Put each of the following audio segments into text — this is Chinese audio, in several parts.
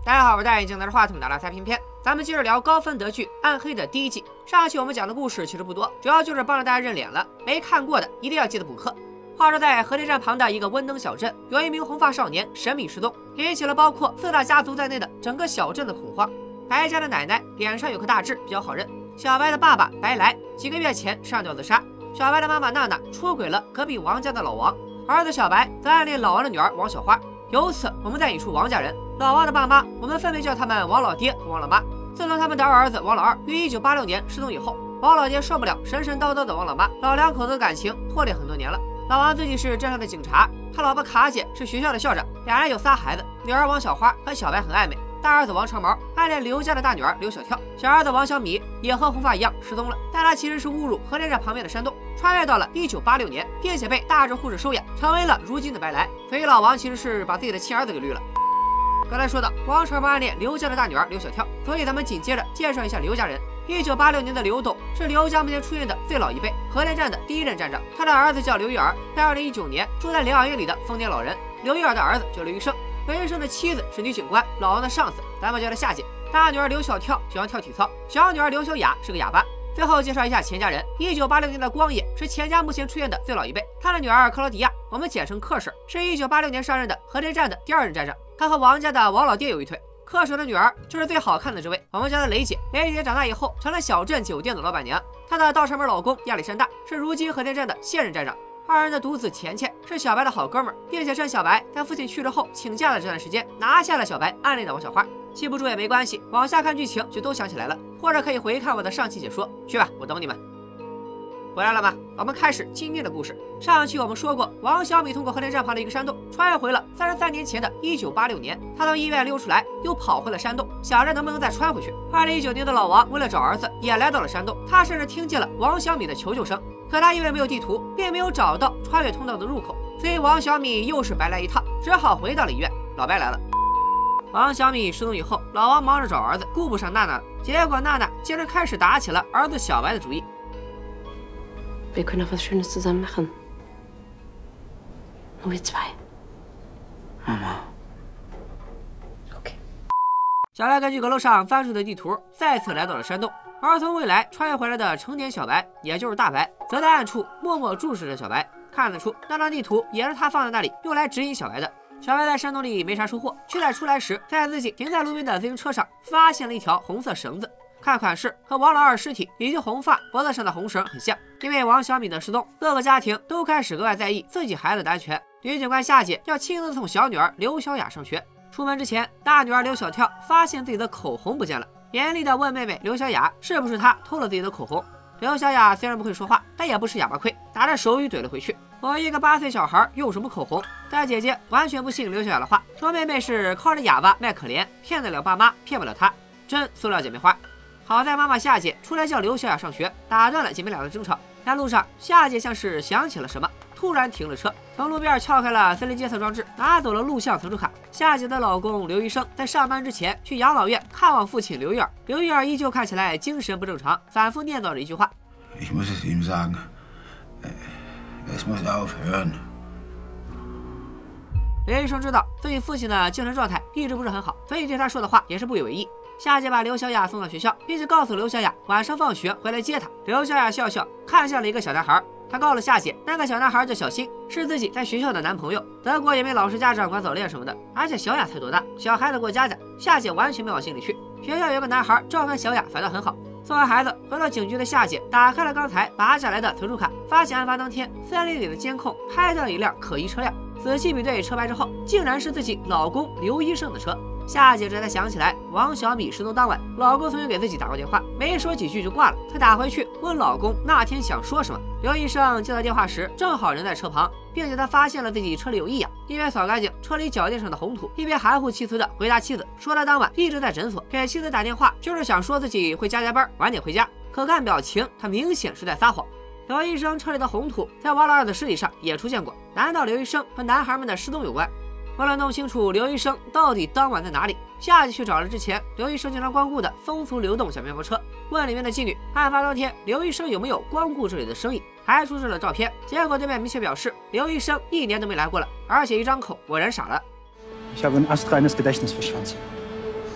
大家好，我是戴眼镜拿着话筒的拉塞偏偏，咱们接着聊高分德剧《暗黑》的第一季。上期我们讲的故事其实不多，主要就是帮着大家认脸了，没看过的一定要记得补课。话说在核电站旁的一个温灯小镇，有一名红发少年神秘失踪，引起了包括四大家族在内的整个小镇的恐慌。白家的奶奶脸上有颗大痣，比较好认。小白的爸爸白来几个月前上吊自杀，小白的妈妈娜娜出轨了隔壁王家的老王，儿子小白则暗恋老王的女儿王小花。由此我们再引出王家人，老王的爸妈我们分别叫他们王老爹和王老妈。自从他们的二儿子王老二于1986年失踪以后，王老爹受不了神神叨叨的王老妈，老两口子的感情破裂很多年了。老王自己是镇上的警察，他老婆卡姐是学校的校长，俩人有仨孩子，女儿王小花和小白很暧昧，大儿子王长毛暗恋刘家的大女儿刘小跳，小儿子王小米也和红发一样失踪了，但他其实是误入核电站旁边的山洞，穿越到了1986年，并且被大众护士收养，成为了如今的白来。所以老王其实是把自己的亲儿子给绿了。刚才说到王长毛暗恋刘家的大女儿刘小跳，所以咱们紧接着介绍一下刘家人。1986年的刘董是刘家目前出现的最老一辈，核电站的第一任站长。他的儿子叫刘玉儿，在2019年住在疗养院里的疯癫老人。刘玉儿的儿子叫刘医生，刘医生的妻子是女警官，老王的上司，咱们叫她夏姐。大女儿刘小跳喜欢跳体操，小女儿刘小雅是个哑巴。最后介绍一下钱家人。1986年的光野是钱家目前出现的最老一辈，他的女儿克劳迪亚，我们简称克婶，是1986年上任的核电站的第二任站长。他和王家的王老爹有一腿。克婶的女儿就是最好看的这位，我们叫她雷姐。雷姐长大以后成了小镇酒店的老板娘，她的倒插门老公亚历山大是如今核电站的现任站长。二人的独子钱钱是小白的好哥们儿，并且趁小白在父亲去世后请假的这段时间，拿下了小白暗恋的王小花。记不住也没关系，往下看剧情就都想起来了，或者可以回看我的上期解说。去吧，我等你们。回来了吗？我们开始今天的故事。上期我们说过，王小米通过核电站旁的一个山洞，穿越回了33年前的1986年。他从医院溜出来，又跑回了山洞，想着能不能再穿回去。2019年的老王为了找儿子，也来到了山洞。他甚至听见了王小米的求救声，可他因为没有地图，并没有找到穿越通道的入口，所以王小米又是白来一趟，只好回到了医院。老白来了。王小米失踪以后，老王忙着找儿子，顾不上娜娜了。结果娜娜竟然开始打起了儿子小白的主意。 Wir können noch was Schönes zusammen machen. Nur wir zwei. Mama. Okay. 小白根据阁楼上翻出的地图，再次来到了山洞。而从未来穿越回来的成年小白，也就是大白，则在暗处默默注视着小白。看得出，那张地图也是他放在那里，用来指引小白的。小白在山洞里没啥收获，却在出来时，在自己停在路边的自行车上发现了一条红色绳子。看款式和王老二尸体以及红发脖子上的红绳很像。因为王小米的失踪，各个家庭都开始格外在意自己孩子的安全。女警官夏姐要亲自送小女儿刘小雅上学。出门之前，大女儿刘小跳发现自己的口红不见了，严厉地问妹妹刘小雅是不是她偷了自己的口红。刘小雅虽然不会说话，但也不吃哑巴亏，打着手语怼了回去：我一个8岁小孩用什么口红？但姐姐完全不信刘小雅的话，说妹妹是靠着哑巴卖可怜，骗得了爸妈，骗不了她。真塑料姐妹花。好在妈妈夏姐出来叫刘小雅上学，打断了姐妹俩的争吵。在路上，夏姐像是想起了什么，突然停了车，从路边撬开了森林监测装置，拿走了录像存储卡。夏姐的老公刘医生在上班之前去养老院看望父亲刘玉儿，刘玉儿依旧看起来精神不正常，反复念叨着一句话 ：Ich muss es ihm sagen. Es muss aufhören. 刘医生知道自己父亲的精神状态一直不是很好，所以对他说的话也是不以为意。夏姐把刘小雅送到学校，并且告诉刘小雅晚上放学回来接她。刘小雅笑笑，看向了一个小男孩。她告诉夏姐，那个小男孩叫小新，是自己在学校的男朋友。德国也没老师家长管早恋什么的，而且小雅才多大，小孩子过家家，夏姐完全没往心里去。学校有个男孩照看小雅反倒很好。送完孩子回到警局的夏姐打开了刚才拔下来的存储卡，发现案发当天森林里的监控拍到了一辆可疑车辆，仔细比对车牌之后，竟然是自己老公刘医生的车。夏姐这才想起来，王小米失踪当晚，老公曾经给自己打过电话，没说几句就挂了。她打回去问老公那天想说什么。刘医生接到电话时，正好人在车旁，并且他发现了自己车里有异样，一边扫干净车里脚垫上的红土，一边含糊其辞地回答妻子，说他当晚一直在诊所，给妻子打电话就是想说自己会加班，晚点回家。可看表情，他明显是在撒谎。刘医生车里的红土在王老二的尸体上也出现过，难道刘医生和男孩们的失踪有关？为了弄清楚刘医生到底当晚在哪里，夏姐去找了之前刘医生经常光顾的风俗流动小面包车，问里面的妓女，案发当天刘医生有没有光顾这里的生意，还出示了照片。结果对面明确表示，刘医生1年都没来过了，而且一张口，我人傻了。 Ich habe ein astreines Gedächtnis für Schwänze.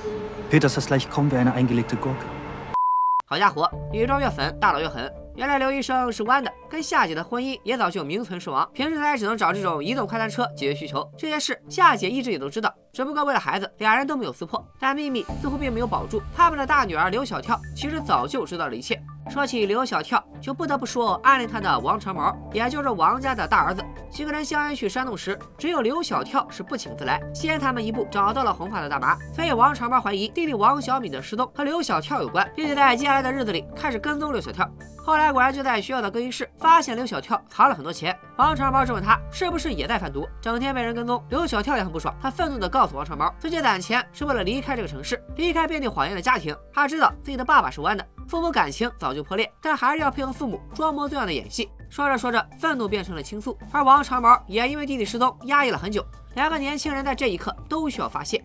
Peters das gleich kaum wie eine eingelegte Gurke. 好家伙，女装越粉，大佬越狠。原来刘医生是弯的，跟夏姐的婚姻也早就名存实亡，平时他也只能找这种移动快餐车解决需求。这些事夏姐一直也都知道，只不过为了孩子，俩人都没有撕破。但秘密似乎并没有保住，他们的大女儿刘小跳其实早就知道了一切。说起刘小跳，就不得不说暗恋他的王长毛，也就是王家的大儿子。几个人相约去山洞时，只有刘小跳是不请自来，先他们一步找到了红发的大妈。所以王长毛怀疑弟弟王小敏的失踪和刘小跳有关，并且在接下来的日子里开始跟踪刘小跳。后来果然就在学校的更衣室发现刘小跳藏了很多钱。王长毛质问他是不是也在贩毒，整天被人跟踪。刘小跳也很不爽，他愤怒地告诉王长毛，自己攒钱是为了离开这个城市，离开遍地谎言的家庭。他知道自己的爸爸是弯的，父母感情早就破裂，但还是要配合父母装模作样的演戏。说着说着，愤怒变成了倾诉，而王长毛也因为弟弟失踪压抑了很久。两个年轻人在这一刻都需要发泄。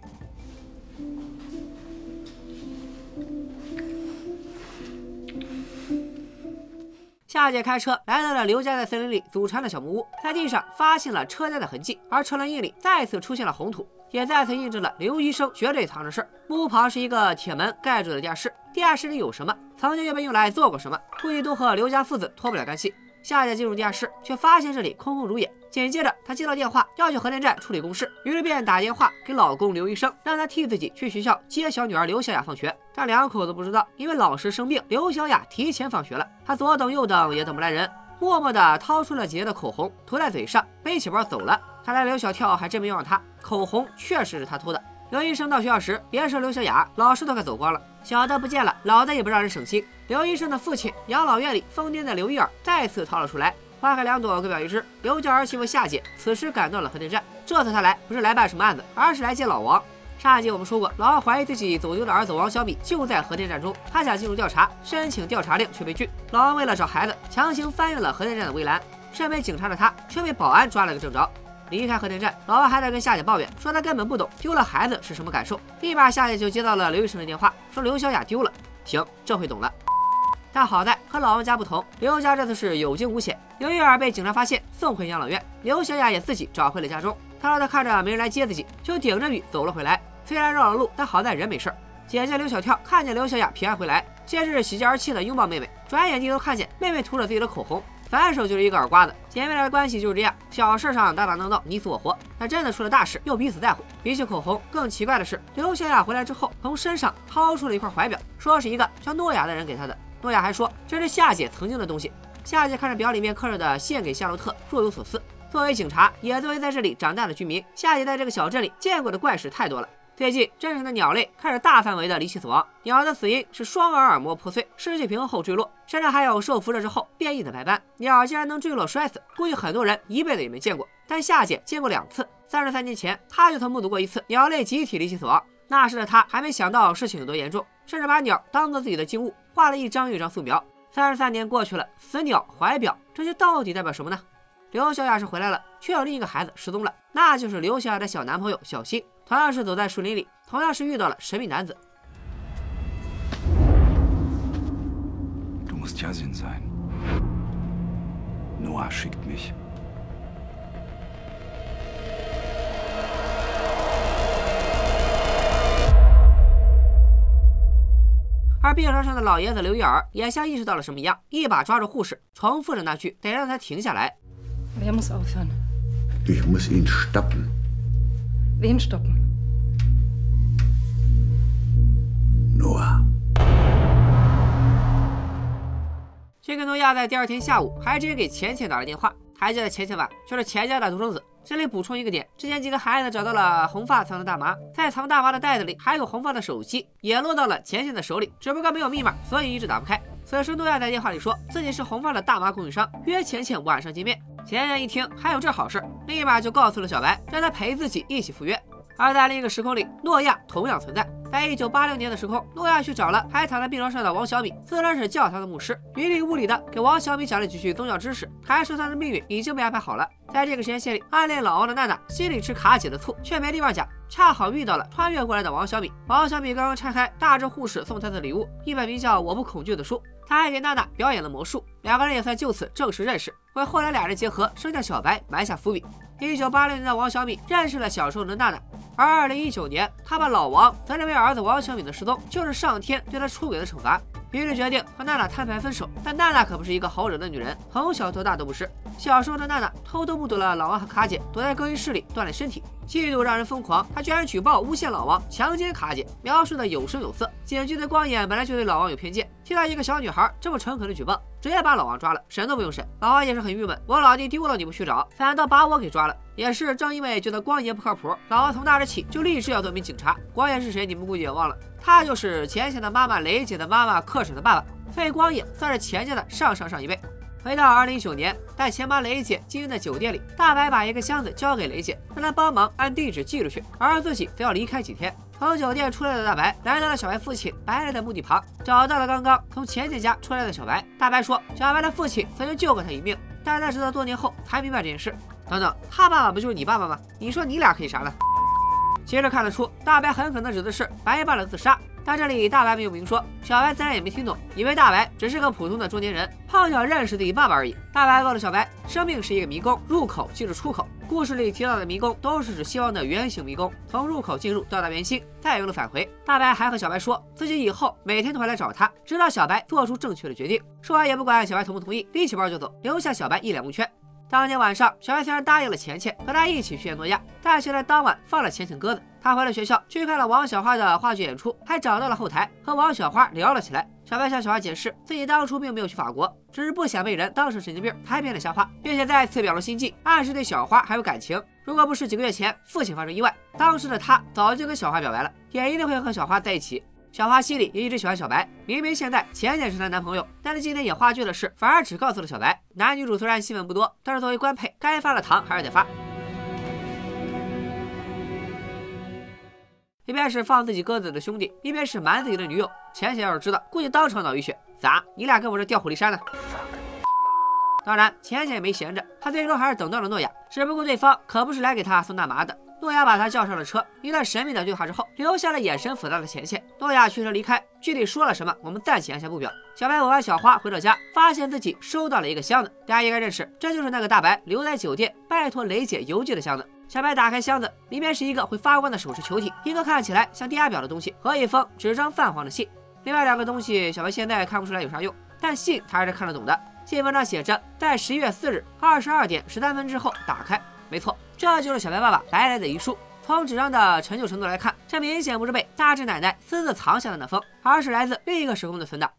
夏姐开车来到了刘家在森林里祖传的小木屋，在地上发现了车胎的痕迹，而车轮印里再次出现了红土，也再次印证了刘医生绝对藏着事儿。木屋旁是一个铁门盖住的地下室，地下室里有什么，曾经又被用来做过什么，估计都和刘家父子脱不了干系。夏姐进入地下室，却发现这里空空如也。紧接着，她接到电话，要去核电站处理公事，于是便打电话给老公刘医生，让他替自己去学校接小女儿刘小雅放学。但两口子不知道，因为老师生病，刘小雅提前放学了。她左等右等也等不来人，默默地掏出了姐姐的口红，涂在嘴上，背起包走了。看来刘小跳还真没冤枉她，口红确实是她偷的。刘医生到学校时，别说刘小雅，老师都快走光了，小的不见了，老的也不让人省心。刘医生的父亲养老院里疯癫的刘一儿再次逃了出来。花开两朵，各表一枝。刘家儿媳妇夏姐此时赶到了核电站，这次她来不是来办什么案子，而是来见老王。上一集我们说过，老王怀疑自己走丢的儿子王小米就在核电站中，他想进入调查，申请调查令却被拒。老王为了找孩子，强行翻越了核电站的围栏，身为警察的他却被保安抓了个正着。离开核电站，老王还在跟夏姐抱怨，说他根本不懂丢了孩子是什么感受。立马夏姐就接到了刘医生的电话，说刘小雅丢了。行，这回懂了。但好在和老王家不同，刘家这次是有惊无险。刘玉儿被警察发现，送回养老院。刘小雅也自己找回了家中。她说她看着没人来接自己，就顶着雨走了回来。虽然绕了路，但好在人没事。姐姐刘小跳看见刘小雅平安回来，先是喜极而泣的拥抱妹妹，转眼低头看见妹妹涂着自己的口红，反手就是一个耳刮子。姐妹俩的关系就是这样，小事上打打闹闹，你死我活，但真的出了大事又彼此在乎。比起口红，更奇怪的是，刘小雅回来之后，从身上掏出了一块怀表，说是一个叫诺亚的人给她的。诺亚还说这是夏姐曾经的东西。夏姐看着表里面刻着的献给夏洛特，若有所思。作为警察，也作为在这里长大的居民，夏姐在这个小镇里见过的怪事太多了。最近镇上的鸟类开始大范围的离奇死亡，鸟的死因是双耳膜破碎、失去平衡后坠落，甚至还有受辐射之后变异的白斑。鸟竟然能坠落摔死，估计很多人一辈子也没见过。但夏姐见过2次，33年前她就曾目睹过1次鸟类集体离奇死亡。那时的她还没想到事情有多严重，甚至把鸟当做自己的静物，画了一张又一张素描。33年过去了，死鸟、怀表，这些到底代表什么呢？刘小雅是回来了，却有另一个孩子失踪了，那就是刘小雅的小男朋友小新，同样是走在树林里，同样是遇到了神秘男子。 Du musst Yasin sein. Noah schickt mich. 而病床上的老爷子刘玉儿也像意识到了什么一样，一把抓住护士，重复着那句得让他停下来。 Wer muss aufhören? Ich muss ihn stoppen. Wen stoppen? Noah. 这个诺亚在第2天下午还直接给钱钱打了电话，还记得钱钱吧？就是钱家的独生子。这里补充一个点，之前几个孩子找到了红发藏的大麻，在藏大麻的袋子里还有红发的手机，也落到了钱钱的手里，只不过没有密码，所以一直打不开。此时诺亚在电话里说自己是红发的大麻供应商，约钱钱晚上见面。钱钱一听还有这好事，立马就告诉了小白，让他陪自己一起赴约。而在另一个时空里，诺亚同样存在。在1986年的时空，诺亚去找了还躺在病床上的王小米，自称是教堂的牧师，云里雾里的给王小米讲了几句宗教知识，还说他的命运已经被安排好了。在这个时间线里，暗恋老王的娜娜心里吃卡姐的醋，却没地方讲，恰好遇到了穿越过来的王小米。王小米刚刚拆开大只护士送他的礼物，一本名叫《我不恐惧》的书，他还给娜娜表演了魔术，两个人也算就此正式认识，为后来俩人结合生下小白埋下伏笔。 1986年的王小敏认识了小时候的娜娜，而2019年，他把老王则认为儿子王小敏的失踪就是上天对他出轨的惩罚，于是决定和娜娜摊牌分手。但娜娜可不是一个好惹的女人，从小到大都不是。小时候的娜娜偷偷目睹了老王和卡姐躲在更衣室里锻炼身体，嫉妒让人疯狂，她居然举报诬陷老王强奸卡姐，描述的有声有色。检举的光眼本来就对老王有偏见，听到一个小女孩这么诚恳的举报，直接把老王抓了，审都不用审。老王也是很郁闷，我老弟丢了你不去找，反倒把我给抓了。也是正因为觉得光爷不靠谱，老王从那日起就立志要做名警察。光爷是谁？你们估计也忘了，他就是钱钱的妈妈雷姐的妈妈克婶的爸爸，所以光爷算是钱家的上一辈。回到2019年，在前妈雷姐经营的酒店里，大白把一个箱子交给雷姐，让她帮忙按地址寄出去，而自己则要离开几天。从酒店出来的大白来到了小白父亲白来的墓地旁，找到了刚刚从钱姐家出来的小白。大白说，小白的父亲曾经救过他一命，但他直到多年后才明白这件事。等等，他爸爸不就是你爸爸吗？你说你俩可以啥呢？其实看得出，大白很可能指的是白爸的自杀，但这里大白没有明说，小白自然也没听懂，以为大白只是个普通的中年人，碰巧认识自己爸爸而已。大白告诉小白，生命是一个迷宫，入口即是出口。故事里提到的迷宫都是指希望的圆形迷宫，从入口进入到达圆心，再由了返回。大白还和小白说自己以后每天都会来找他，直到小白做出正确的决定。说完也不管小白同不同意，拎起包就走，留下小白一脸蒙圈。当天晚上，小白虽然答应了钱钱和他一起去演诺亚，但却在当晚放了钱钱鸽子。他回了学校，去看了王小花的话剧演出，还找到了后台，和王小花聊了起来。小白向小花解释，自己当初并没有去法国，只是不想被人当成神经病，拍片的瞎话，并且再次表露心迹，暗示对小花还有感情。如果不是几个月前父亲发生意外，当时的他早就跟小花表白了，也一定会和小花在一起。小花心里也一直喜欢小白，明明现在钱钱是她男朋友，但是今天演话剧的事反而只告诉了小白。男女主虽然戏份不多，但是作为官配，该发的糖还是得发。一边是放自己鸽子的兄弟，一边是瞒自己的女友。钱钱要是知道，估计当场脑溢血。咋？你俩跟我这调虎离山呢？当然，钱钱也没闲着，他最终还是等到了诺亚，只不过对方可不是来给他送大麻的。诺亚把他叫上了车，一段神秘的对话之后，留下了眼神复杂的钱钱。诺亚驱车离开，具体说了什么，我们暂且按下不表。小白吻完小花回到家，发现自己收到了一个箱子，大家应该认识，这就是那个大白留在酒店拜托雷姐邮寄的箱子。小白打开箱子，里面是一个会发光的首饰球体，一个看起来像地压表的东西和一封纸张泛黄的信。另外两个东西，小白现在看不出来有啥用，但信他还是看得懂的。信封上写着，在11月4日22点13分之后打开。没错，这就是小白爸爸白来的遗书。从纸张的陈旧程度来看，这明显不是被大志奶奶私自藏下的那封，而是来自另一个时空的存档。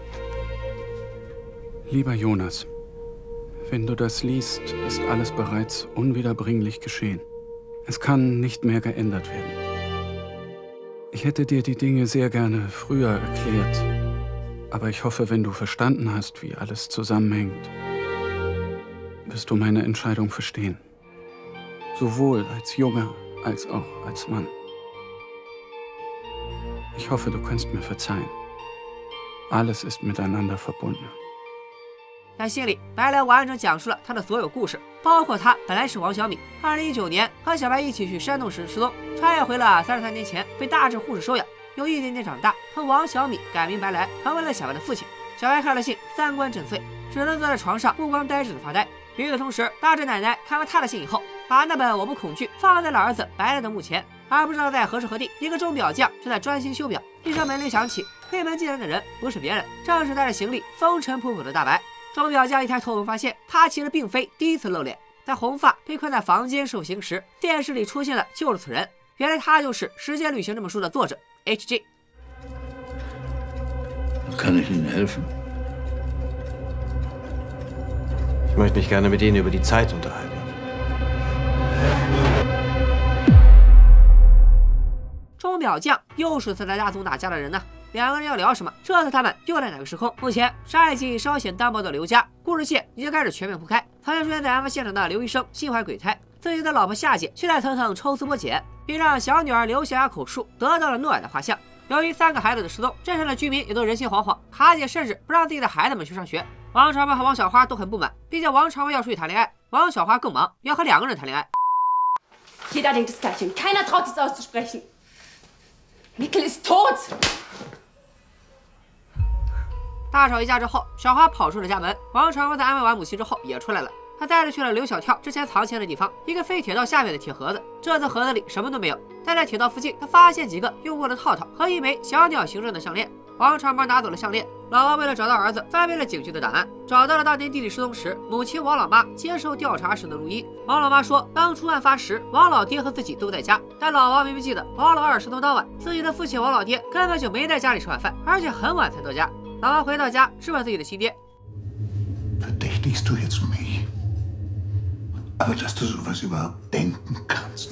Lieber Jonas, wenn du das liest, ist alles bereits unwiederbringlich geschehen. Es kann nicht mehr geändert werden. Ich hätte dir die Dinge sehr gerne früher erklärt, aber ich hoffe, wenn du verstanden hast, wie alles zusammenhängt, wirst du meine Entscheidung verstehen.Sowohl als Junge als auch als Mann. Ich hoffe, du kannst mir verzeihen. Alles ist miteinander verbunden. 在信里，白来完整讲述了他的所有故事，包括他本来是王小米，2019年和小白一起去山洞时失踪，穿越回了33年前，被大志护士收养，又一点点长大，从王小米改名白来，成为了小白的父亲。小白看了信，三观震碎，只能坐在床上目光呆滞的发呆。与此同时，大志奶奶看完他的信以后，把那本《我不恐惧》放在了儿子白来的墓前，而不知道在何时何地，一个钟表匠正在专心修表。一声门铃响起，推门进来的人不是别人，正是带着行李风尘仆仆的大白。钟表匠一抬头发现，他其实并非第一次露脸。在红发被困在房间受刑时，电视里出现的就是此人。原来他就是《时间旅行》这本书的作者 H.G. Kann ich Ihnen helfen? Ich möchte mich gerne mit Ihnen über die Zeit unterhalten. 钟表匠又是斯达家族哪家的人呢？两个人要聊什么？这次他们又在哪个时空？目前上一集稍显单薄的刘家故事线已经开始全面铺开。曾经出现在案发现场的刘医生心怀鬼胎，自己的老婆夏姐却在层层抽丝剥茧，并让小女儿刘小雅口述，得到了诺亚的画像。由于3个孩子的失踪，镇上的居民也都人心惶惶，卡姐甚至不让自己的孩子们去上学。王长文和王小花都很不满，毕竟王长文要出去谈恋爱，王小花更忙，要和2个人谈恋爱。 Jeder denkt das Gleiche und keiner traut es auszusprechen. Mikkel ist tot. 大吵一架之后，小花跑出了家门。王长文在安慰完母亲之后也出来了。 他带着去了刘小跳之前藏钱的地方，一个废铁道下面的铁盒子。这次盒子里什么都没有，但在铁道附近，他发现几个用过的套套和一枚小鸟形状的项链。王长毛拿走了项链，老王为了找到儿子，翻遍了警局的档案，找到了当年弟弟失踪时母亲王老妈接受调查时的录音。王老妈说，当初案发时，王老爹和自己都在家，但老王明明记得王老二失踪当晚，自己的父亲王老爹根本就没在家里吃晚饭，而且很晚才到家。老王回到家质问自己的亲爹。 Verdächtigst du jetzt mich? Aber dass du sowas überhaupt denken kannst.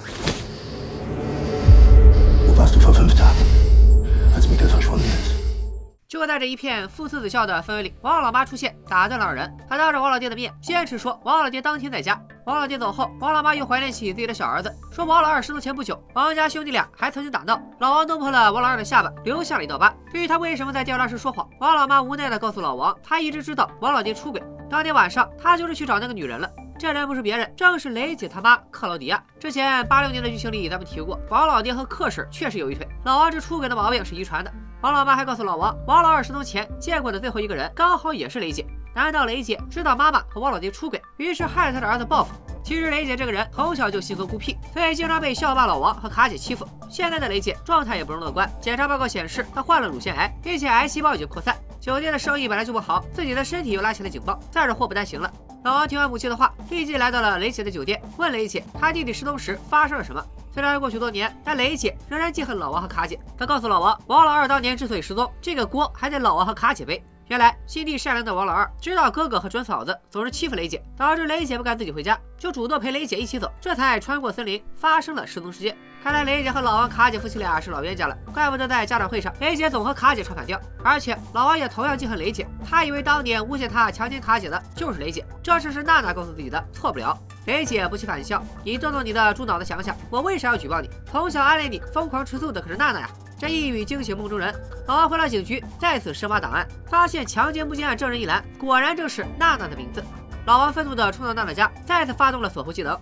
Wo warst du vor 5 Tagen, als Mikkel verschwunden ist? 就在这一片父慈子孝的氛围里，王老妈出现，打断了二人。她当着王老爹的面坚持说王老爹当天在家。王老爹走后，王老妈又怀念起自己的小儿子，说王老二失踪前不久，王家兄弟俩还曾经打闹，老王弄破了王老二的下巴，留下了一道疤。对于他为什么在调查时说谎，王老妈无奈地告诉老王，她一直知道王老爹出轨，当天晚上他就是去找那个女人了。 这人不是别人，正是雷姐他妈克劳迪亚。之前86年的剧情里，咱们提过，王老爹和克婶确实有一腿，老王这出轨的毛病是遗传的。王老妈还告诉老王，王老二失踪前见过的最后一个人，刚好也是雷姐。难道雷姐知道妈妈和王老爹出轨，于是害了他的儿子报复？其实雷姐这个人从小就性格孤僻，所以经常被校霸老王和卡姐欺负。现在的雷姐状态也不容乐观，检查报告显示她患了乳腺癌，并且癌细胞已经扩散。酒店的生意本来就不好，自己的身体又拉起了警报，再这祸不单行了。 老王听完母亲的话，立即来到了雷姐的酒店，问雷姐她弟弟失踪时发生了什么。虽然过去多年，但雷姐仍然记恨老王和卡姐。她告诉老王，王老二当年之所以失踪，这个锅还得老王和卡姐背。原来心地善良的王老二知道哥哥和准嫂子总是欺负雷姐，导致雷姐不敢自己回家，就主动陪雷姐一起走，这才穿过森林发生了失踪事件。看来雷姐和老王、卡姐夫妻俩是老冤家了，怪不得在家长会上雷姐总和卡姐唱反调。而且老王也同样记恨雷姐，他以为当年诬陷他强奸卡姐的就是雷姐，这事是娜娜告诉自己的，错不了。雷姐不期反笑，你动动你的猪脑子想想，我为啥要举报你？从小暗恋你、疯狂吃醋的可是娜娜呀！这一语惊醒梦中人。老王回到警局，再次深挖档案，发现强奸不奸案证人一栏，果然正是娜娜的名字。老王愤怒地冲到娜娜家，再次发动了锁喉技能。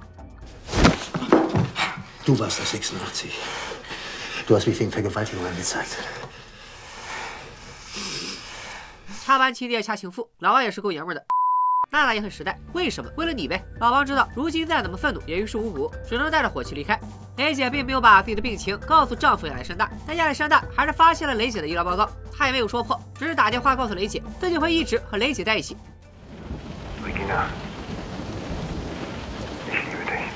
Du warst der 86. Du hast mich wegen Vergewaltigung angezeigt. 掐完亲爹掐情妇，老王也是够爷们的。娜娜也很实在，为什么？为了你呗。老王知道如今再怎么愤怒也于事无补，只能带着火气离开。雷姐并没有把自己的病情告诉丈夫亚历山大，但亚历山大还是发现了雷姐的医疗报告，他也没有说破，只是打电话告诉雷姐自己会一直和雷姐在一起。 Regina, ich liebe dich.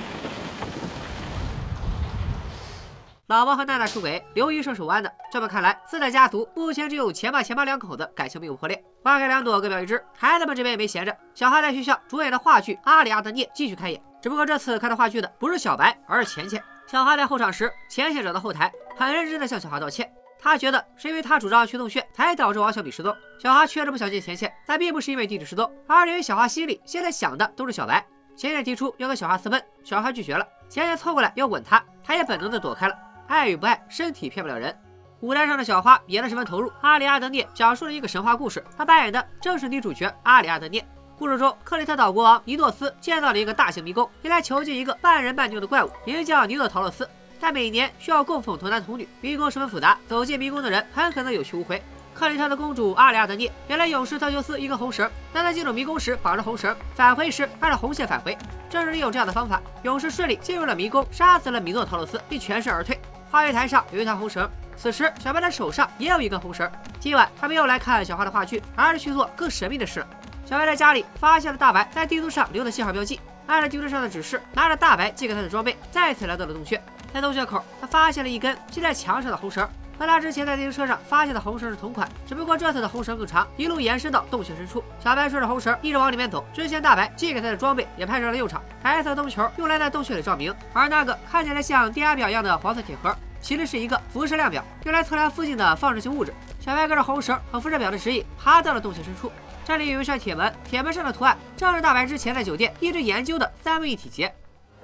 老王和娜娜出轨，刘医生是弯的。这么看来，4代家族目前只有前爸两口子感情没有破裂。花开2朵，各表一枝。孩子们这边也没闲着，小哈在学校主演的话剧《阿里亚德涅》继续开演。只不过这次看到话剧的不是小白，而是钱钱。小哈在候场时，钱钱走到后台，很认真地向小哈道歉。他觉得是因为他主张去洞穴，才导致王小米失踪。小哈确实不想见钱钱，但并不是因为弟弟失踪，而是因为小哈心里现在想的都是小白。钱钱提出要跟小哈私奔，小哈拒绝了。钱钱凑过来要吻他，他也本能地躲开了。 爱与不爱，身体骗不了人。舞台上的小花演得十分投入。阿里阿德涅讲述了一个神话故事，他扮演的正是女主角阿里阿德涅。故事中，克里特岛国王尼诺斯建造了一个大型迷宫，用来囚禁一个半人半牛的怪物，名叫尼诺陶洛斯。但每年需要供奉童男童女，迷宫十分复杂，走进迷宫的人很可能有去无回。克里特的公主阿里阿德涅原来勇士特修斯一根红绳，但在进入迷宫时绑着红绳，返回时按照红线返回。正是利用这样的方法，勇士顺利进入了迷宫，杀死了米诺陶洛斯，并全身而退。 话剧台上有一条红绳，此时小白的手上也有一根红绳。今晚他没有来看小花的话剧，而是去做更神秘的事了。小白在家里发现了大白在地图上留的信号标记，按照地图上的指示，拿着大白寄给他的装备，再次来到了洞穴。在洞穴口，他发现了一根系在墙上的红绳，和他之前在自行车上发现的红绳是同款，只不过这次的红绳更长，一路延伸到洞穴深处。小白顺着红绳一直往里面走，之前大白寄给他的装备也派上了用场。白色灯球用来在洞穴里照明，而那个看起来像电压表一样的黄色铁盒，其实是一个辐射量表，用来测量附近的放射性物质。小白跟着红绳和辐射表的指引，爬到了洞穴深处。这里有一扇铁门，铁门上的图案正是大白之前在酒店一直研究的3位一体结。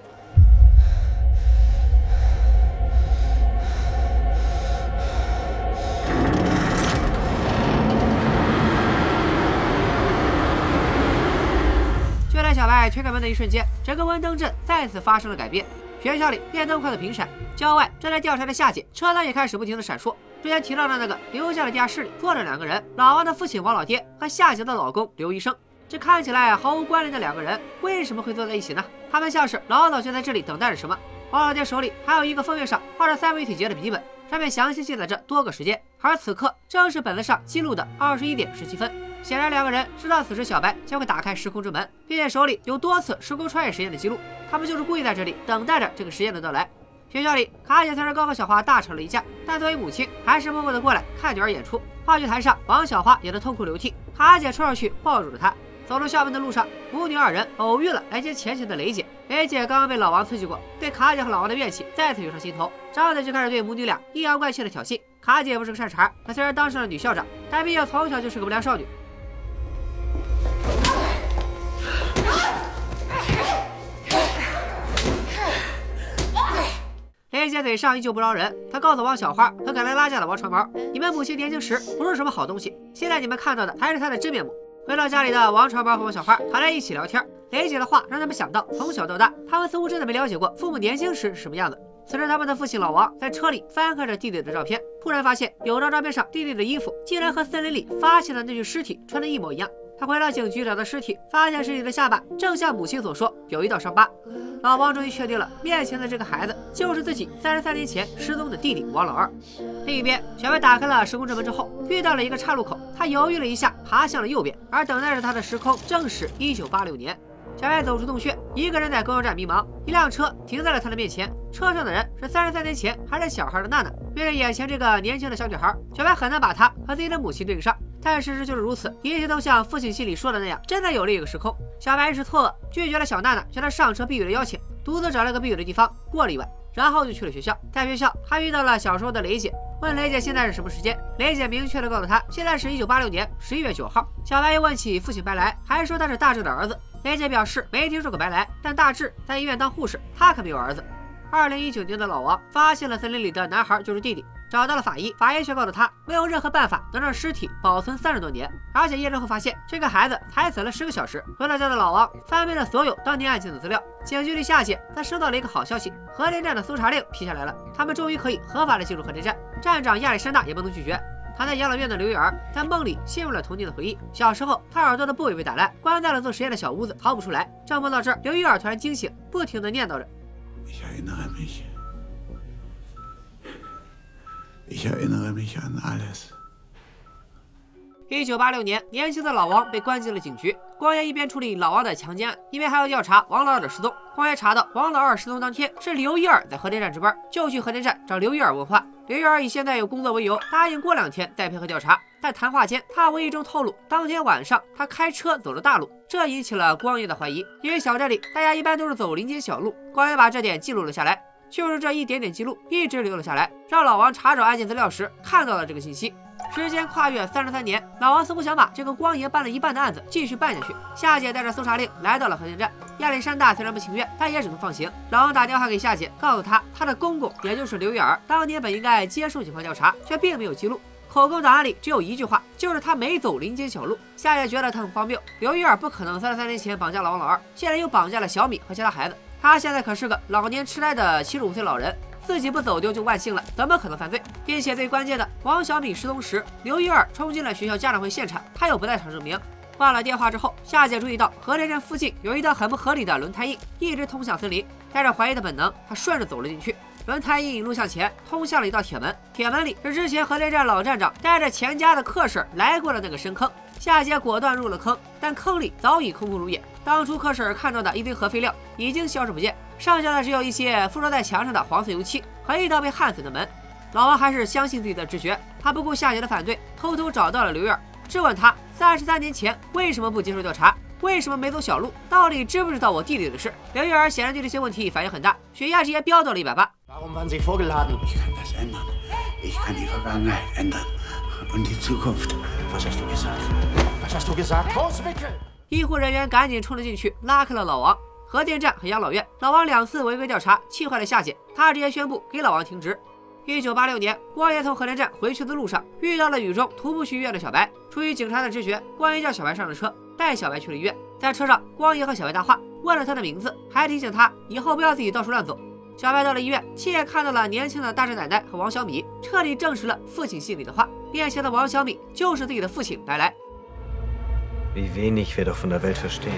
就在小白推开门的一瞬间，整个温登镇再次发生了改变。学校里电灯快速频闪，郊外正在调查的夏姐车灯也开始不停的闪烁。之前提到的那个留下的地下室里坐着2个人，老王的父亲王老爹和夏姐的老公刘医生。 这看起来毫无关联的两个人为什么会坐在一起呢？他们像是老早就在这里等待着什么。王老爹手里还有一个封面上画着三位体节的笔记本，上面详细记载着多个时间，而此刻正是本子上记录的21点17分。显然两个人知道此时小白将会打开时空之门，并且手里有多次时空穿越实验的记录，他们就是故意在这里等待着这个实验的到来。学校里，卡姐虽然刚和小花大吵了一架，但作为母亲还是默默地过来看女儿演出。话剧台上，王小花也都痛哭流涕，卡姐冲上去抱住了她。走入校门的路上，母女二人偶遇了来接钱钱的雷姐。雷姐刚刚被老王刺激过，对卡姐和老王的怨气再次涌上心头，张嘴就开始对母女俩阴阳怪气的挑衅。卡姐也不是个善茬，她虽然当上了女校长，但毕竟从小就是个不良少女。雷姐嘴上依旧不饶人，她告诉王小花和赶来拉架的王长毛：“你们母亲年轻时不是什么好东西，现在你们看到的才是她的真面目。”回到家里的王长毛和王小花躺在一起聊天，雷姐的话让他们想到，从小到大，他们似乎真的没了解过父母年轻时是什么样子。此时，他们的父亲老王在车里翻看着弟弟的照片，突然发现有张照片上弟弟的衣服竟然和森林里发现的那具尸体穿的一模一样。他回到警局找到尸体，发现尸体的下巴正像母亲所说有一道伤疤。老王终于确定了，面前的这个孩子就是自己33年前失踪的弟弟王老二。另一边，小白打开了时空之门之后，遇到了一个岔路口，他犹豫了一下，爬向了右边，而等待着他的时空正是1986年。小白走出洞穴，一个人在公交站迷茫，一辆车停在了他的面前，车上的人是33年前还是小孩的娜娜。面对眼前这个年轻的小女孩，小白很难把她和自己的母亲对应上，但事实就是如此，一切都像父亲心里说的那样，真的有了一个时空。小白一时错愕，拒绝了小娜娜向他上车避雨的邀请，独自找了个避雨的地方过了一晚，然后就去了学校。在学校，他遇到了小时候的雷姐，问雷姐现在是什么时间，雷姐明确的告诉他，现在是1986年11月9号。小白又问起父亲白来，还说他是大志的儿子。雷姐表示没听说过白来，但大志在医院当护士，他可没有儿子。2019年的老王发现了森林里的男孩就是弟弟，找到了法医，法医却告诉他没有任何办法能让尸体保存30多年，而且验证后发现这个孩子才死了10个小时。回到家的老王翻遍了所有当年案件的资料，警局里夏姐他收到了一个好消息，核电站的搜查令批下来了，他们终于可以合法的进入核电站，站长亚历山大也不能拒绝。躺在养老院的刘玉儿在梦里陷入了童年的回忆，小时候她耳朵的部位被打烂，关在了做实验的小屋子，逃不出来。正梦到这儿，刘玉儿突然惊醒，不停地念叨着 Ich erinnere mich an alles. 1986年，年轻的老王被关进了警局。光爷一边处理老王的强奸案，一边还要调查王老二的失踪。光爷查到王老二失踪当天是刘一尔在核电站值班，就去核电站找刘一尔问话。刘一尔以现在有工作为由，答应过2天再配合调查。在谈话间，他无意中透露，当天晚上他开车走了大路，这引起了光爷的怀疑，因为小镇里大家一般都是走林间小路。光爷把这点记录了下来。就是这一点点记录一直留了下来，让老王查找案件资料时看到了这个信息。时间跨越33年，老王似乎想把这个光爷办了一半的案子继续办下去。夏姐带着搜查令来到了核电站，亚历山大虽然不情愿，但也只能放行。老王打电话给夏姐，告诉她他的公公也就是刘玉儿当年本应该接受警方调查，却并没有记录。口供档案里只有一句话，就是他没走林间小路。夏姐觉得他很荒谬，刘玉儿不可能33年前绑架了王老二，现在又绑架了小米和其他孩子。他现在可是个老年痴呆的75岁老人，自己不走丢就万幸了，怎么可能犯罪？并且最关键的，王小米失踪时，刘一尔冲进了学校家长会现场，他有不在场证明。挂了电话之后，夏姐注意到核电站附近有一道很不合理的轮胎印，一直通向森林。带着怀疑的本能，他顺着走了进去。轮胎印路向前，通向了一道铁门，铁门里是之前核电站老站长带着钱家的客婶来过的那个深坑。夏姐果断入了坑，但坑里早已空空如也。当初客婶看到的一堆核废料已经消失不见，剩下的只有一些附着在墙上的黄色油漆和一道被焊死的门。老王还是相信自己的直觉，他不顾夏姐的反对，偷偷找到了刘月，质问他33年前为什么不接受调查，为什么没走小路，到底知不知道我弟弟的事？刘月儿显然对这些问题反应很大，血压直接飙到了180。 Warum waren Sie vorgeladen? Ich kann das ändern. Ich kann die Vergangenheit ändern. Und die Zukunft. Was hast du gesagt? Was hast du gesagt? Hausmittel! 医护人员赶紧冲了进去，拉开了老王。核电站和养老院，老王2次违规调查，气坏了夏姐，他直接宣布给老王停职。1986年，光爷从核电站回去的路上，遇到了雨中徒步去医院的小白。出于警察的直觉，光爷叫小白上了车，带小白去了医院。在车上，光爷和小白搭话，问了他的名字，还提醒他以后不要自己到处乱走。小白到了医院，亲眼看到了年轻的大志奶奶和王小米，彻底证实了父亲心里的话，面前的王小米就是自己的父亲白来。 Wie wenig wir doch von der Welt verstehen.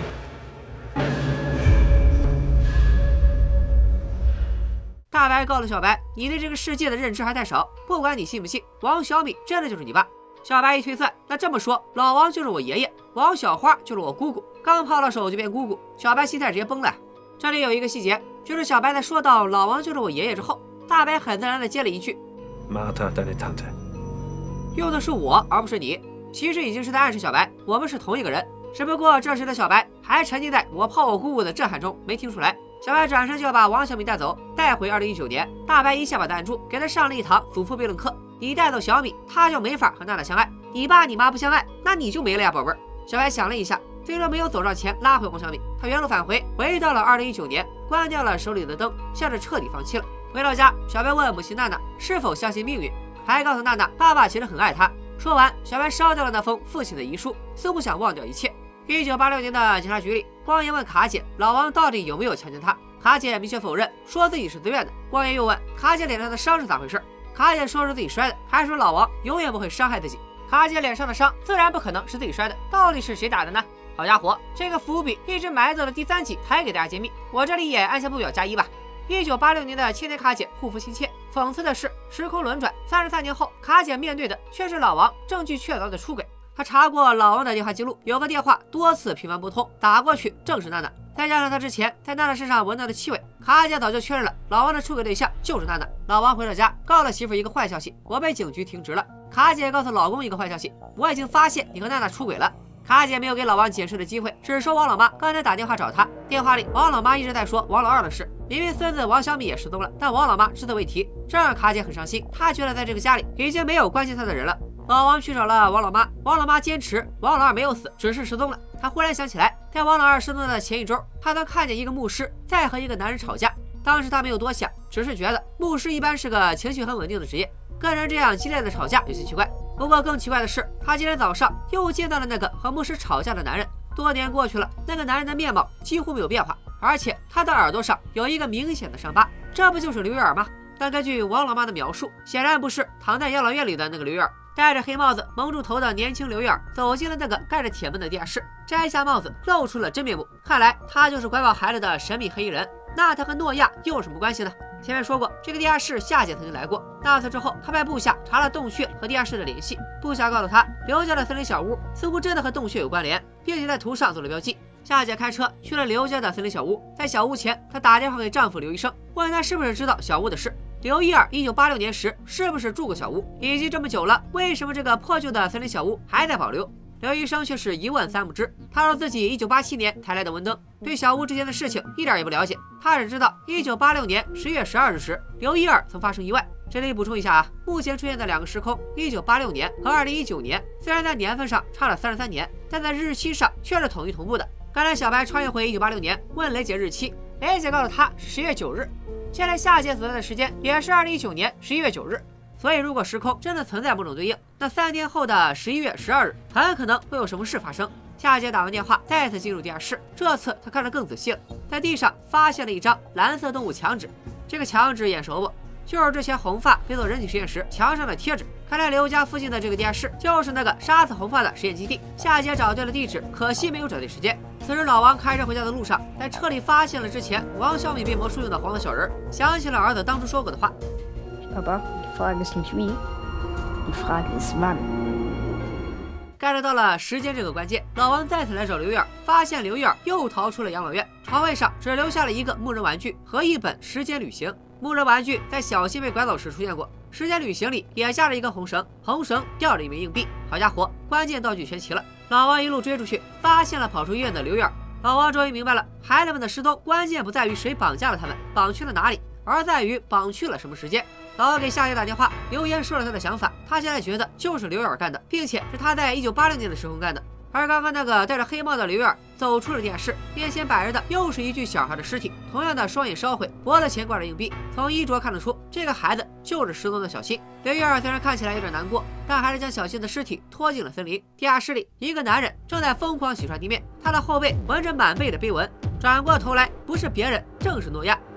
大白告诉小白：“你对这个世界的认知还太少，不管你信不信，王小米真的就是你爸。”小白一推算，那这么说，老王就是我爷爷，王小花就是我姑姑，刚泡了手就变姑姑，小白心态直接崩了。这里有一个细节，就是小白在说到老王就是我爷爷之后，大白很自然的接了一句 Martha, deine Tante. 用的是我而不是你，其实已经是在暗示小白我们是同一个人，只不过这时的小白还沉浸在我泡我姑姑的震撼中，没听出来。小白转身就要把王小米带走，带回2019年。大白一下把他按住，给他上了一堂祖父悖论课。你带走小米，他就没法和娜娜相爱。你爸你妈不相爱，那你就没了呀，宝贝儿。小白想了一下，虽说没有走上前拉回王小米，他原路返回，回到了2019年，关掉了手里的灯，像是彻底放弃了。回到家，小白问母亲娜娜是否相信命运，还告诉娜娜爸爸其实很爱她。说完，小白烧掉了那封父亲的遗书，似乎想忘掉一切。1986年的警察局里，光爷问卡姐老王到底有没有强奸她，卡姐明确否认，说自己是自愿的。光爷又问卡姐脸上的伤是咋回事，卡姐说是自己摔的，还说老王永远不会伤害自己。卡姐脸上的伤自然不可能是自己摔的，到底是谁打的呢？好家伙，这个伏笔一直埋到了第3集才给大家揭秘，我这里也按下不表加1吧。1986年的千年卡姐护肤心切，讽刺的是时空轮转，33年后，卡姐面对的却是老王证据确凿的出轨。他查过老王的电话记录，有个电话多次频繁拨通，打过去正是娜娜，再加上他之前在娜娜身上闻到的气味，卡姐早就确认了老王的出轨对象就是娜娜。老王回到家，告了媳妇一个坏消息，我被警局停职了。卡姐告诉老公一个坏消息，我已经发现你和娜娜出轨了。卡姐没有给老王解释的机会，只说王老妈刚才打电话找他，电话里王老妈一直在说王老二的事，明明孙子王小米也失踪了，但王老妈只字未提，这让卡姐很伤心。她觉得在这个家里已经没有关心她的人了。老王去找了王老妈，王老妈坚持王老二没有死，只是失踪了。他忽然想起来，在王老二失踪的前1周，他曾看见一个牧师在和一个男人吵架。当时他没有多想，只是觉得牧师一般是个情绪很稳定的职业，跟人这样激烈的吵架有些奇怪。不过更奇怪的是，他今天早上又见到了那个和牧师吵架的男人。多年过去了，那个男人的面貌几乎没有变化，而且他的耳朵上有一个明显的伤疤，这不就是刘玉儿吗？但根据王老妈的描述，显然不是躺在养老院里的那个刘玉儿。戴着黑帽子蒙住头的年轻刘玉儿走进了那个盖着铁门的地下室，摘下帽子露出了真面目，看来他就是拐跑孩子的神秘黑衣人。那他和诺亚又有什么关系呢？前面说过，这个地下室夏姐曾经来过，那次之后他派部下查了洞穴和地下室的联系，部下告诉他刘家的森林小屋似乎真的和洞穴有关联，并且在图上做了标记。夏姐开车去了刘家的森林小屋，在小屋前她打电话给丈夫刘医生，问他是不是知道小屋的事，刘一儿1986年时是不是住过小屋，以及这么久了为什么这个破旧的森林小屋还在保留。刘医生却是一问三不知，他说自己1987年才来的文登，对小屋之前的事情一点也不了解，他只知道1986年10月12日时刘一儿曾发生意外。这里补充一下啊，目前出现的2个时空1986年和2019年虽然在年份上差了33年，但在日期上却是统一同步的。看来小白穿越回1986年，问雷姐日期，雷姐告诉他是10月9日，现在夏姐所在的时间也是2019年11月9日。所以如果时空真的存在某种对应，那3天后的11月12日很可能会有什么事发生。夏姐打完电话再次进入地下室，这次她看得更仔细了，在地上发现了一张蓝色动物墙纸。这个墙纸眼熟不？就是之前红发飞做人体实验时墙上的贴纸。看来刘家附近的这个地下室就是那个杀死红发的实验基地。夏姐找对了地址，可惜没有找对时间。此时老王开车回家的路上，在车里发现了之前王小米变魔术用的黄色小人，想起了儿子当初说过的话。 Papa, die Frage ist nicht wie, die Frage ist wann. 该着到了时间这个关键，老王再次来找刘玉儿，发现刘玉儿又逃出了养老院，床位上只留下了一个木人玩具和一本《时间旅行》。木人玩具在小新被拐走时出现过，《时间旅行》里也架了一个红绳，红绳吊着一枚硬币。好家伙，关键道具全齐了。老王一路追出去，发现了跑出医院的刘玉儿。老王终于明白了，孩子们的失踪关键不在于谁绑架了他们，绑去了哪里，而在于绑去了什么时间。老王给夏姐打电话，留言说了他的想法，他现在觉得就是刘玉儿干的，并且是他在1980年的时候干的。而刚刚那个戴着黑帽的刘玉儿走出了地下室，面前摆着的又是一具小孩的尸体，同样的双眼烧毁，脖子前挂着硬币。从衣着看得出，这个孩子就是失踪的小新。刘玉儿虽然看起来有点难过，但还是将小新的尸体拖进了森林。地下室里，一个男人正在疯狂洗刷地面，他的后背纹着满背的碑文。转过头来，不是别人，正是诺亚。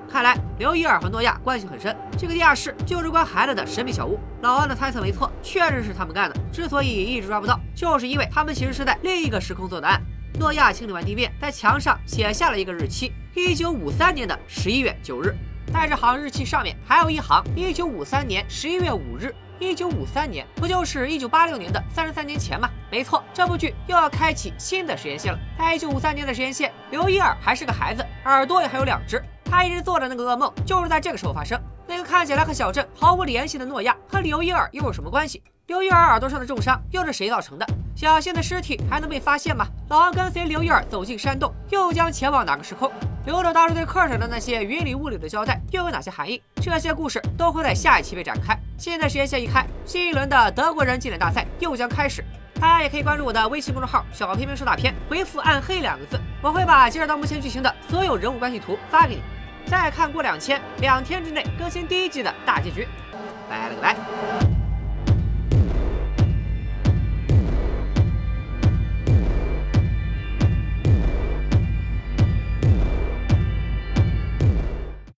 看来刘伊尔和诺亚关系很深，这个地下室就是关孩子的神秘小屋。老王的猜测没错，确实是他们干的。之所以一直抓不到，就是因为他们其实是在另一个时空做的案。诺亚清理完地面，在墙上写下了一个日期：1953年的11月9日。在这行日期上面还有一行：1953年11月5日。1953年不就是1986年的33年前吗？没错，这部剧又要开启新的时间线了。在1953年的时间线，刘伊尔还是个孩子，耳朵也还有2只。他一直做的那个噩梦，就是在这个时候发生。那个看起来和小镇毫无联系的诺亚和刘伊尔又有什么关系？刘伊尔耳朵上的重伤又是谁造成的？小新的尸体还能被发现吗？老王跟随刘伊尔走进山洞，又将前往哪个时空？刘导当时对科长的那些云里雾里的交代又有哪些含义？这些故事都会在下一期被展开。现在时间线一开，新一轮的德国人竞脸大赛又将开始。大家也可以关注我的微信公众号“小片片说大片”，回复“暗黑”2个字，我会把截止到目前剧情的所有人物关系图发给你。再看过2天之内更新第1季的大结局。拜了个拜。